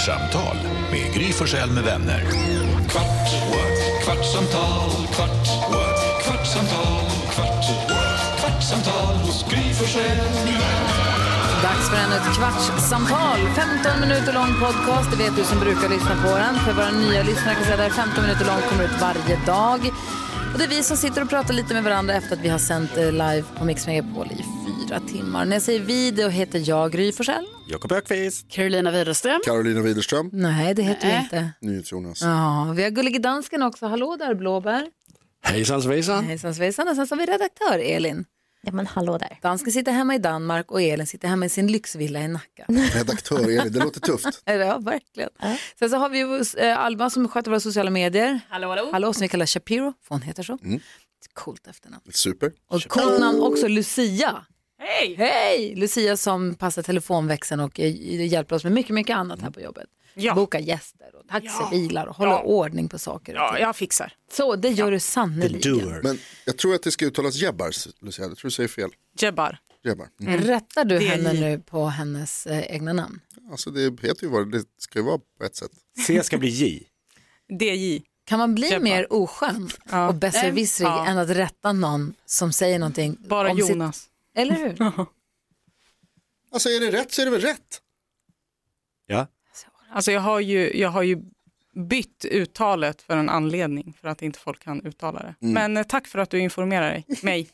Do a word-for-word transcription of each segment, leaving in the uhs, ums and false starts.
Kvartsamtal med Gry Forssell med vänner. Kvart, what? Kvartsamtal, kvart, what? Kvartsamtal, kvart, what? Kvartsamtal hos Gry Forssell med vänner. Dags för ännu ett kvartssamtal. femton minuter lång podcast, det vet du som brukar lyssna på den. För våra nya lyssnare kan säga att femton minuter lång kommer ut varje dag. Och det är vi som sitter och pratar lite med varandra efter att vi har sänt live på Mix Megapol i fyra timmar. När jag säger vi, då heter jag Gry Forssell. Jakob Ökvist. Carolina Widerström. Carolina Widerström. Nej, det heter Nej. vi inte. NyhetsJonas. Ja, vi har Gullige Dansken också. Hallå där, Blåbär. Hejsan svejsan. Hejsan svejsan. Och sen så har vi redaktör Elin. Ja, men hallå där. Dansken sitter hemma i Danmark och Elin sitter hemma i sin lyxvilla i Nacka. Redaktör Elin, det låter tufft. Ja, verkligen. Äh. Sen så har vi ju äh, Alba som sköter våra sociala medier. Hallå, hallå. Hallå, som vi kallar Shapiro, för hon heter så. Mm. Coolt efternamn. Super. Och coolt namn också, Lucia. Hej! Hej! Lucia som passar telefonväxeln och äh, hjälper oss med mycket, mycket annat här på jobbet. Ja. Boka gäster och taxibilar och hålla Ja. ordning på saker. Ja, jag fixar. Så, det gör du sannoliken. Men jag tror att det ska uttalas Jebbars, Lucia. Jag tror du säger fel. Jebbar. Jebbar. Mm. Rättar du Det är henne ju- nu på hennes äh, egna namn? Alltså det heter ju vad det ska ju vara på ett sätt. C ska bli J. D J. Kan man bli Jebbar. mer oskön Ja. och besserwissrig Ja. än att rätta någon som säger någonting? Bara om sitt- Jonas. Eller hur? Alltså är det rätt så är det väl rätt. Ja. Alltså jag har ju, jag har ju bytt uttalet för en anledning. För att inte folk kan uttala det. Mm. Men eh, tack för att du informerar dig. Mig.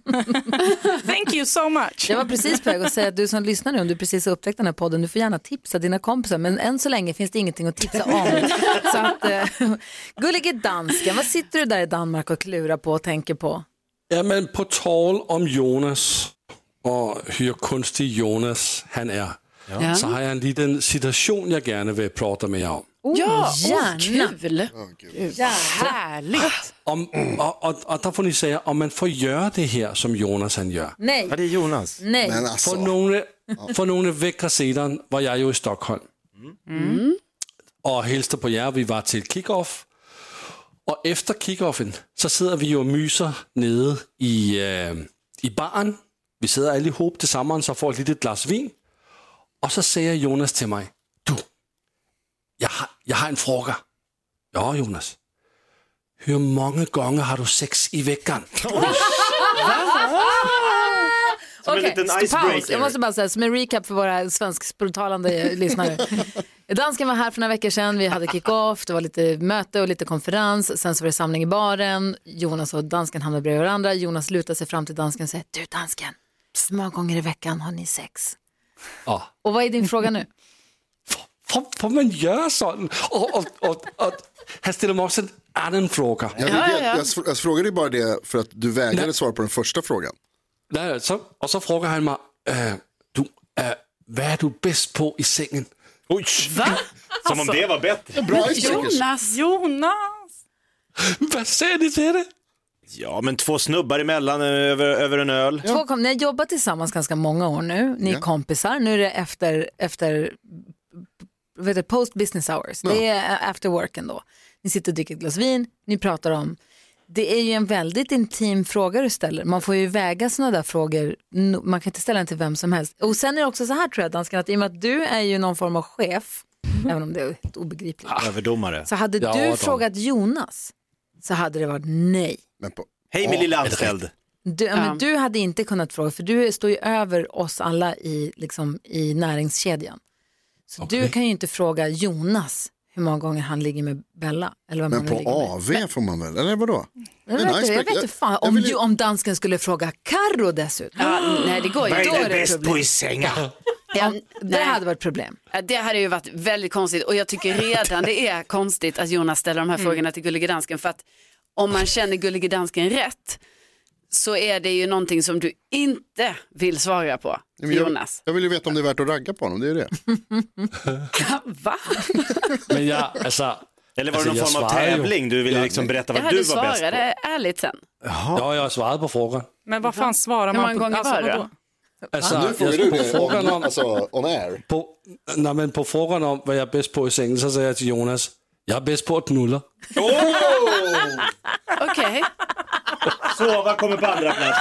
Thank you so much. Jag var precis på väg att säga att du som lyssnar nu, om du precis har upptäckt den här podden, du får gärna tipsa dina kompisar, men än så länge finns det ingenting att tipsa om. Så att, eh, Gullige Dansken, vad sitter du där i Danmark och klurar på och tänker på? Ja, men på tal om Jonas och hur konstig Jonas han är, Ja. så har jag en liten situation jag gärna vill prata med er om. Oh, Ja, gärna. oh, kul. Oh, Gud. Härligt. om och, och, och där får ni säga om man får göra det här som Jonas han gör. Nej, Ja, det är Jonas. nej. Men För alltså, några, för några veckor sedan var jag ju i Stockholm Mm. och hälsade på er. Vi var till kick-off och efter kick-offen så sitter vi ju och myser nede i, äh, i baren. Vi sidder allihop tillsammans och får ett litet glas vin. Och så säger Jonas till mig, du, jag har, jag har en fråga. Ja, Jonas. Hur många gånger har du sex i veckan? Som en Okej, liten paus. icebreaker. Jag måste bara säga, som en recap för våra svensktalande lyssnare. Dansken var här för några veckor sedan, vi hade kick-off, det var lite möte och lite konferens, sen så var det samling i baren, Jonas och dansken hamnade bredvid varandra, Jonas lutar sig fram till dansken och säger, du dansken, hur många gånger i veckan har ni sex? Ja. Och vad är din fråga nu? Får, får man göra sånt? Och, och, och, och han ställer mig också en annan fråga. jag, Ja, ja, ja. jag, jag, jag frågade ju bara det för att du vägrade svara på den första frågan. Nej, så, och så frågar han mig, äh, du, äh, vad är du bäst på i sängen? Oj. Va? Som om det var bättre. Bra icebreakers. Jonas. Jonas. Vad säger ni till det? Ja, men två snubbar emellan över, över en öl. Två kom, ni har jobbat tillsammans ganska många år nu, ni är Ja. kompisar, nu är det efter, efter vet du, post business hours, det är after work ändå. Ni sitter och dricker ett glas vin, ni pratar om, det är ju en väldigt intim fråga du ställer, man får ju väga sådana där frågor, man kan inte ställa den till vem som helst. Och sen är det också så här tror jag, dansken, att i och med att du är ju någon form av chef, även om det är helt obegripligt, Överdomare. så hade Ja, du då. frågat Jonas så hade det varit nej. Men på, Hej min lilla anställd. Du, ja. men du hade inte kunnat fråga, för du står ju över oss alla i, liksom, i näringskedjan. Så Okej. du kan ju inte fråga Jonas hur många gånger han ligger med Bella. Eller vad men man på ligger med. A V får man väl, eller vadå? Jag En vet, inte, jag icebreaker. vet inte fan, Jag om, vill ju- ju, om dansken skulle fråga Karo dessutom. Ja, nej, det går ju. Vad då är är det det bäst problem. på i sänga? Ja, det nej. hade varit problem. Ja, det hade ju varit väldigt konstigt och jag tycker redan det är konstigt att Jonas ställer de här Mm. frågorna till Gullige Dansken, för att om man känner Gullige Dansken rätt så är det ju någonting som du inte vill svara på, Men jag, Jonas. jag vill ju veta om det är värt att ragga på honom, det är ju det. Va? Men jag, alltså, Eller var det Alltså, någon jag form av svarar ju. tävling? Du ville liksom berätta Jag vad du hade var bäst svarat på. ärligt sen. ja, jag har svarat på frågan. Men vad fan svarar Hur man många på? gånger var det då? vadå? Alltså, Nu jag frågar du skulle på det frågan on, om, alltså, on air. på, nej, men på frågan om vad jag är bäst på i sängen, så säger jag till Jonas, jag är bäst på att knulla. Okej. Sova kommer på andra plats.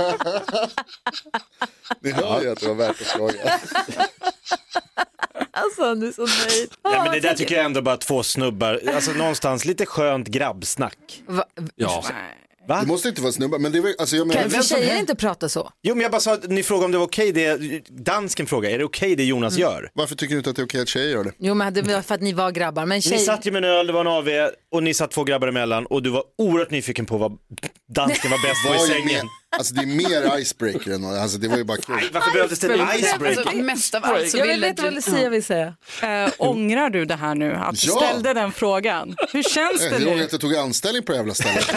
Ni hör ju att det var värt att fråga. Han är så nöjd. Nej, men det där tycker jag ändå bara två snubbar, alltså någonstans lite skönt grabbsnack. Va? Ja. Va? Det måste inte vara snubbar, men det var, alltså jag menar, Kan för tjejer inte prata så? Jo, men jag bara sa att ni frågade om det var okej det, dansken frågar, är det okej det Jonas Mm. gör? varför tycker du inte att det är okej att tjejer gör det? Jo, men det var för att ni var grabbar. Men tjej... Ni satt ju med en öl, det var en A V och ni satt två grabbar emellan och du var oerhört nyfiken på vad dansken var bäst på i Var ju sängen. mer, alltså det är mer icebreaker än något, alltså det var ju bara kul. Nej, varför behövdes det en icebreaker? Alltså, mest av allt så Jag vill ville veta vad du... Lucia vill säga. Äh, ångrar du det här nu, att du Ja. ställde den frågan? Hur känns det Jag ångrar nu? att jag tog anställning på det jävla stället.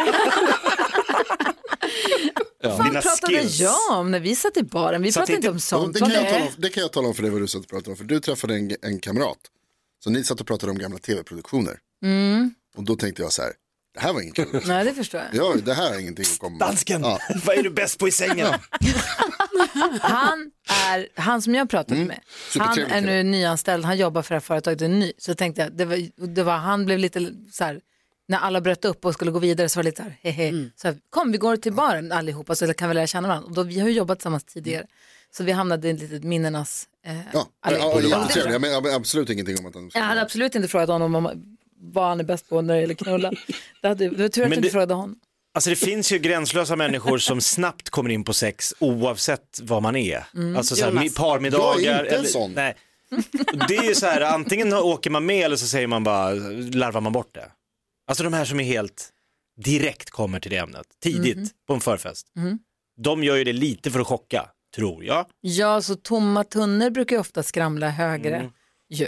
Vad fan Dina pratade skills. jag om när vi satt i baren? Vi Satt pratade inte inte- om Ja, sånt. det, Vad kan jag det tala är. om, det kan jag tala om för dig vad du satt och pratade om. För du träffade en, en kamrat. Så ni satt och pratade om gamla tv-produktioner. Mm. Och då tänkte jag så här, det här var inget kul. Nej, det förstår jag. Ja, det här är ingenting att komma med. Dansken, Ja. vad är du bäst på i sängen? Han är, han som jag har pratat med, han supertrevlig är kille. nu nyanställd, han jobbar för det här företaget, är ny. Så tänkte jag, det var, det var, han blev lite så här, när alla bröt upp och skulle gå vidare så var det lite så här, hehe. Så här, kom vi går till baren allihopa så kan vi lära känna varandra. Och då, vi har ju jobbat tillsammans tidigare. Så vi hamnade i ett litet minnenas eh, Ja, allé. ja, ja, jättetrevlig. Jag menar absolut ingenting om att han... Jag hade absolut inte frågat honom om vad han är bäst på när det gäller knulla. Det, hade, det var tur att Men jag inte det- frågade honom. Alltså det finns ju gränslösa människor som snabbt kommer in på sex oavsett vad man är. Alltså så här, Jonas. mi- parmiddagar. Jag är inte en eller- sån. Nej. Det är ju så här, antingen åker man med eller så säger man bara, larvar man bort det. Alltså de här som är helt direkt kommer till det ämnet, tidigt på en förfest. De gör ju det lite för att chocka, tror jag. Ja, så tomma tunnor brukar ju ofta skramla högre. Mm. Ju.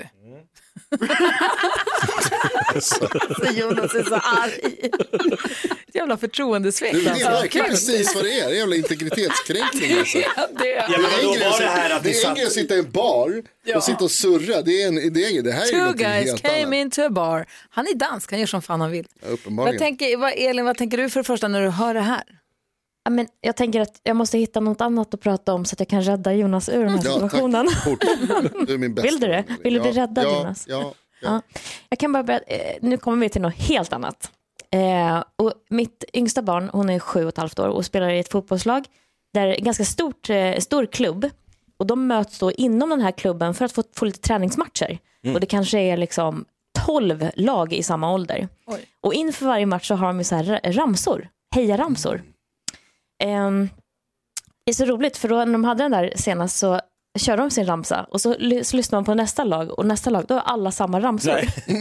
så Jonas är så arg. Jävla förtroendesvek. Det är alltså. verkligen Kul. precis vad det är, det är jävla integritetskränkning alltså. Ja, det. Ja, men Det är då en grej var det att- här att det vi är en grej att satt... sitta i en bar och sitta och surra, det är en, det är, det här är ju Two någonting guys helt came annat. into a bar. Han är dansk, han gör som fan han vill. Ja, uppenbarligen. Vad tänker, vad, Elin, vad tänker du för det första när du hör det här? Ja, men jag tänker att jag måste hitta något annat att prata om så att jag kan rädda Jonas ur den här Ja, situationen. tack. Fort. Du är min bästa. Vill du det? Vill du bli Ja, räddad, ja, Jonas? Ja, ja. Ja. Jag kan bara berätta, eh, nu kommer vi till något helt annat. Eh, och mitt yngsta barn, hon är sju och ett halvt år och spelar i ett fotbollslag där det är en ganska stort, eh, stor klubb. Och de möts då inom den här klubben för att få, få lite träningsmatcher. Och det kanske är liksom tolv lag i samma ålder. Oj. Och inför varje match så har de ju så här ramsor, hejaramsor. Ehm, det är så roligt för då när de hade den där senast så körde de sin ramsa och så, ly- så lyssnar man på nästa lag och nästa lag, då har alla samma ramsor.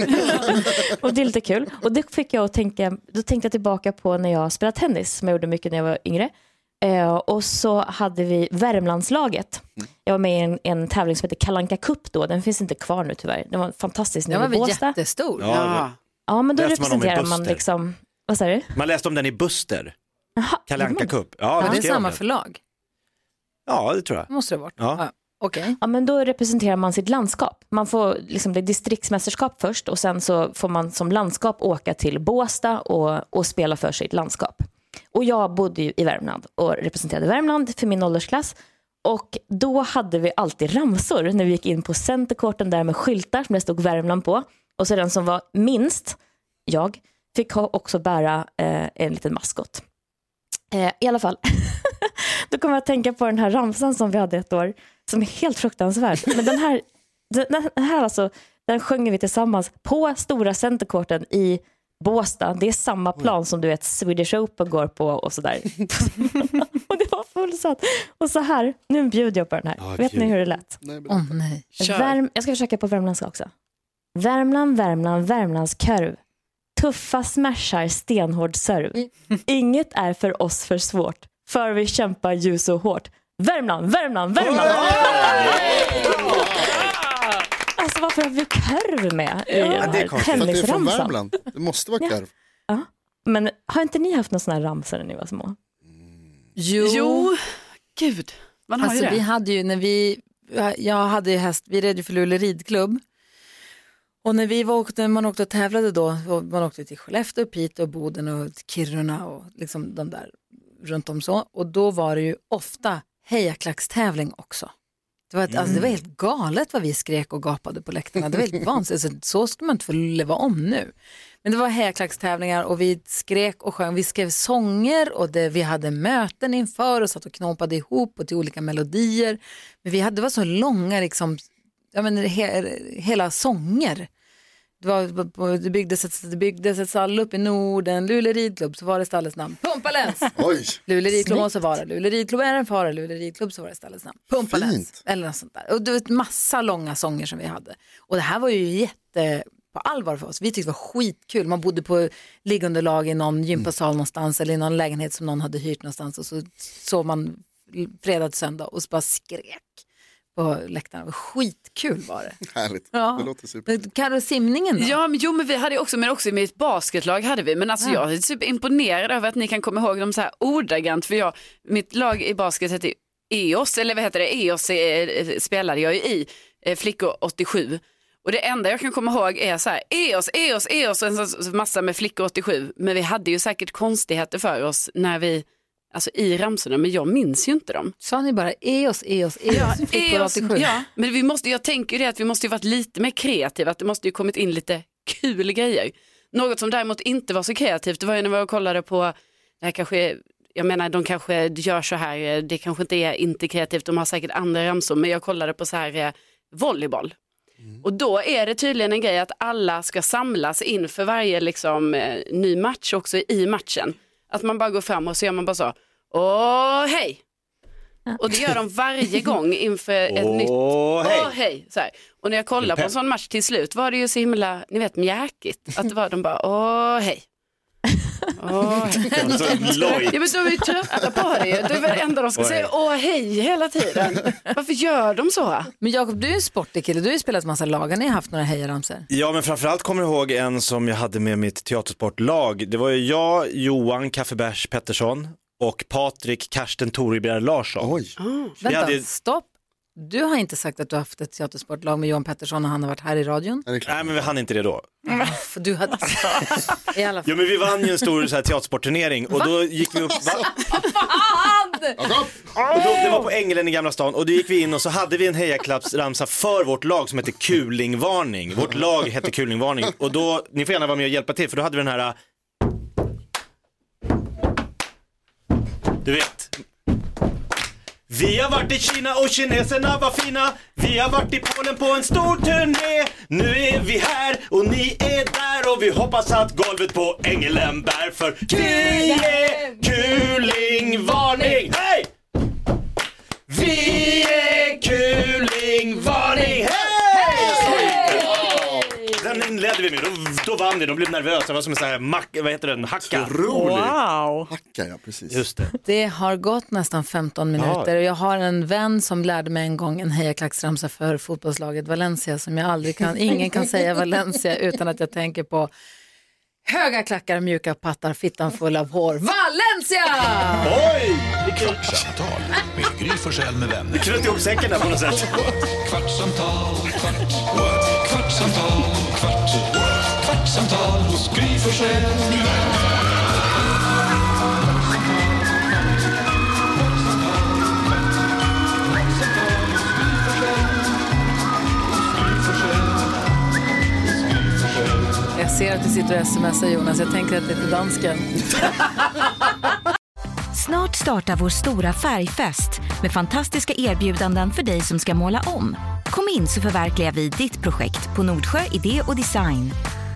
Och det är lite kul. Och det fick jag att tänka, då tänkte jag tillbaka på när jag spelade tennis som jag gjorde mycket när jag var yngre. Eh, och så hade vi Värmlandslaget. Jag var med i en, en tävling som heter Kalle Anka Cup då. Den finns inte kvar nu tyvärr. Den var fantastisk Den nere var i väl Båstad. jättestor. Ja, Ja. Ja, men då Läste man om i representerar man Buster? liksom, vad sa du? Man läste om den i Buster, Jaha, Kalle Anka gjorde man? Cup. Ja, Ja, det det är skrev samma den. förlag. Ja, det tror jag. Måste det ha varit. Ja. Ja. Okej. Ja, men då representerar man sitt landskap. Man får liksom det distriktsmästerskap först och sen så får man som landskap åka till Båstad och, och spela för sitt landskap. Och jag bodde ju i Värmland och representerade Värmland för min åldersklass. Och då hade vi alltid ramsor när vi gick in på centerkorten där med skyltar som det stod Värmland på. Och så den som var minst, jag, fick ha också bära eh, en liten maskot. Eh, I alla fall, då kommer jag att tänka på den här ramsan som vi hade ett år som är helt fruktansvärd. Men den här, den här alltså, den sjunger vi tillsammans på stora centerkorten i Båstad. Det är samma plan som du vet Swedish Open går på och sådär. Och det var fullsatt. Och så här, nu bjuder jag på den här. Ja, vet ni gud. hur det lät? Nej, men- Åh nej. Kör. Värm, jag ska försöka på värmländska också. Värmland, Värmland, Värmlands korv. Tuffa smashar, stenhård serv. Inget är för oss för svårt. För vi kämpar ju så hårt. Värmland, Värmland, Värmland. Alltså varför har vi korv med i den det är här konstigt. För att det är från tennisramsan? Värmland. Det måste vara karv. Men har inte ni haft någon sån här ramsa när ni var små? Jo. Jo, gud. Man har Alltså, ju vi det. hade ju när vi, jag hade ju häst, vi red ju för Luleå ridklubb. Och när vi var åkte, man åkte och tävlade då, och man åkte till Skellefteå, Piteå, Boden och Kiruna och liksom de där runt om så. Och då var det ju ofta hejaklackstävling också. Det var, ett, alltså, det var helt galet vad vi skrek och gapade på läktarna. Det var helt vansinnigt. Så, så ska man inte få leva om nu. Men det var hejaklackstävlingar och vi skrek och sjöng. Vi skrev sånger och det, vi hade möten inför och satt och knåpade ihop och till olika melodier. Men vi hade, det var så långa liksom, ja, men, he, hela sånger. Det, var, det byggdes ett, det byggdes ett stall upp i Norden, Luleå ridklubb, så var det stallets namn Pumpalens. Oj. Luleå ridklubb och så var det Luleå ridklubb är en fara, Luleå ridklubb, så var det stallets namn Pumpalens. Fint. Eller något sånt där. Och det var ett massa långa sånger som vi hade. Och det här var ju jätte på allvar för oss. Vi tyckte det var skitkul. Man bodde på liggunderlag i någon gympasal mm. någonstans eller i någon lägenhet som någon hade hyrt någonstans och så sov man fredag till söndag och så bara skrek på läktaren. Skitkul var det. Härligt. Ja. Det låter super. Karo, simningen då? Ja, men, jo, men vi hade också, men också med ett basketlag hade vi. Men alltså ja. jag är super imponerad över att ni kan komma ihåg dem så här ordagrant. För jag, mitt lag i basket heter E O S, eller vad heter det? E O S eh, spelade jag ju i eh, flickor åttiosju. Och det enda jag kan komma ihåg är så här, E O S, E O S, E O S och en massa med flickor åttiosju. Men vi hade ju säkert konstigheter för oss när vi, alltså i ramsorna, men jag minns ju inte dem. Sa ni bara E O S, E O S, E O S, flickor åttiosju? Ja, men vi måste, jag tänker ju det att vi måste ju varit lite mer kreativa, att det måste ju kommit in lite kul grejer. Något som däremot inte var så kreativt, det var ju när vi kollade på, det här kanske, jag menar de kanske gör så här, det kanske inte är inte kreativt, de har säkert andra ramsor, men jag kollade på så här eh, volleyboll. Mm. Och då är det tydligen en grej att alla ska samlas inför varje liksom, eh, ny match också i matchen. Att man bara går fram och så gör man bara så, åh hej! Ja. Och det gör de varje gång inför ett åh, nytt, hej. åh hej! Så här. Och när jag kollar på en sån match till slut var det ju så himla, ni vet, mjäkigt. Att det var de bara, åh hej! Åh, hej. Ja, men de är ju trötta på det. Det är väl det enda de ska säga, åh hej hela tiden. Varför gör de så? Men Jakob, du är en sportig kille, du har ju spelat massa lag. Ni har haft några hejaramsor. Ja, men framförallt kommer jag ihåg en som jag hade med mitt teatersportlag. Det var ju jag, Johan Kaffebärs Pettersson och Patrik Karsten Toribjer Larsson. Oj. Oh. Vänta, hade... stopp. Du har inte sagt att du har haft ett teatersportlag med Johan Pettersson och han har varit här i radion? Nej, men vi hann inte det då. Mm. För du hade... I alla fall. Ja, men vi vann ju en stor så här, teatersportturnering och Va? då gick vi upp... Va? Fan! Och då, det var på Ängelen i Gamla stan och då gick vi in och så hade vi en hejaklappsramsa för vårt lag som hette Kulingvarning. Vårt lag hette Kulingvarning och då, ni får gärna vara med och hjälpa till för då hade vi den här... Du vet... Vi har varit i Kina och kineserna var fina. Vi har varit i Polen på en stor turné. Nu är vi här och ni är där och vi hoppas att golvet på Ängelen bär för vi är Kulingvarning. Hej! Vi är Kulingvarning. Hej! Den inledde vi med. Då, då vann vi. De blev nervösa. Det var som en sån här mack, vad heter den? Hacka. Wow. Hacka, ja, precis. Just det. Det har gått nästan femton minuter och jag har en vän som lärde mig en gång en hejaklacksramsa för fotbollslaget Valencia som jag aldrig kan, ingen kan säga Valencia utan att jag tänker på höga klackar, mjuka pattar, fittan full av hår. Valencia! Oj! Kvartsamtal med Gry Forssell med vänner. Vi knöt ihop säcken där på något sätt. Kvartsamtal, kvart, what? Kvartsamtal, kvart, what? Kvartsamtal hos Gry Forssell med vänner. Jag ser att du sitter och smsar Jonas, jag tänker att det är till dansken. Snart startar vår stora färgfest med fantastiska erbjudanden för dig som ska måla om. Kom in så förverkligar vi ditt projekt på Nordsjö Idé och Design.